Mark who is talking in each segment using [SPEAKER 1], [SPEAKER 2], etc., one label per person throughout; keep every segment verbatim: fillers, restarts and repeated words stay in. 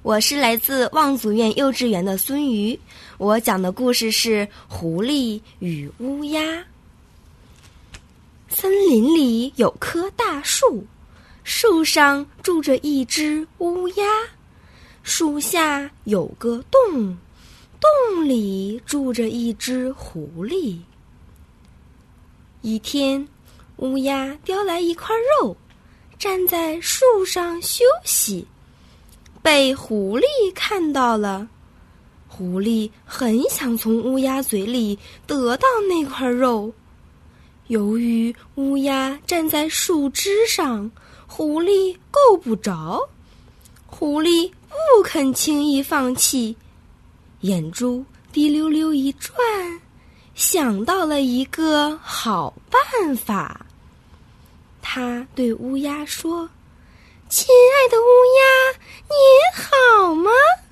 [SPEAKER 1] 我是来自望祖院幼稚园的孙瑜，我讲的故事是狐狸与乌鸦。森林里有棵大树，树上住着一只乌鸦，树下有个洞，洞里住着一只狐狸。一天，乌鸦叼来一块肉，站在树上休息，被狐狸看到了。狐狸很想从乌鸦嘴里得到那块肉，由于乌鸦站在树枝上，狐狸够不着，狐狸不肯轻易放弃，眼珠滴溜溜一转，想到了一个好办法。他对乌鸦说：“亲爱的乌鸦，你好吗？”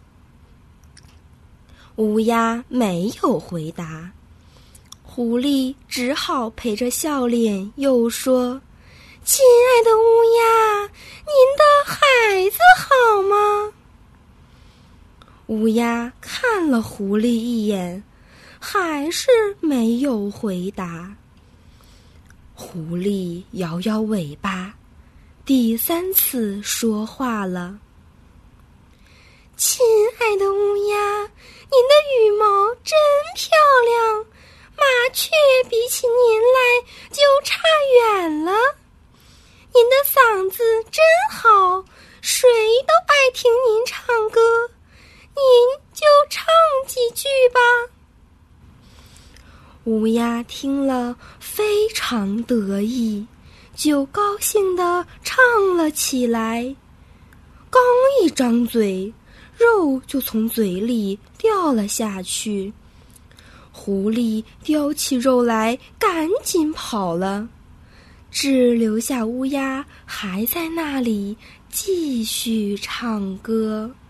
[SPEAKER 1] 乌鸦没有回答，狐狸只好陪着笑脸又说：“亲爱的乌鸦，您的孩子好吗？”乌鸦看了狐狸一眼，还是没有回答。狐狸摇摇尾巴，第三次说话了：“亲爱的乌鸦，您的羽毛真漂亮，麻雀比起您来就差远了。您的嗓子真好，谁都爱听您唱歌，您就唱几句吧。”乌鸦听了非常得意，就高兴地唱了起来。刚一张嘴，肉就从嘴里掉了下去。狐狸叼起肉来，赶紧跑了，只留下乌鸦还在那里继续唱歌。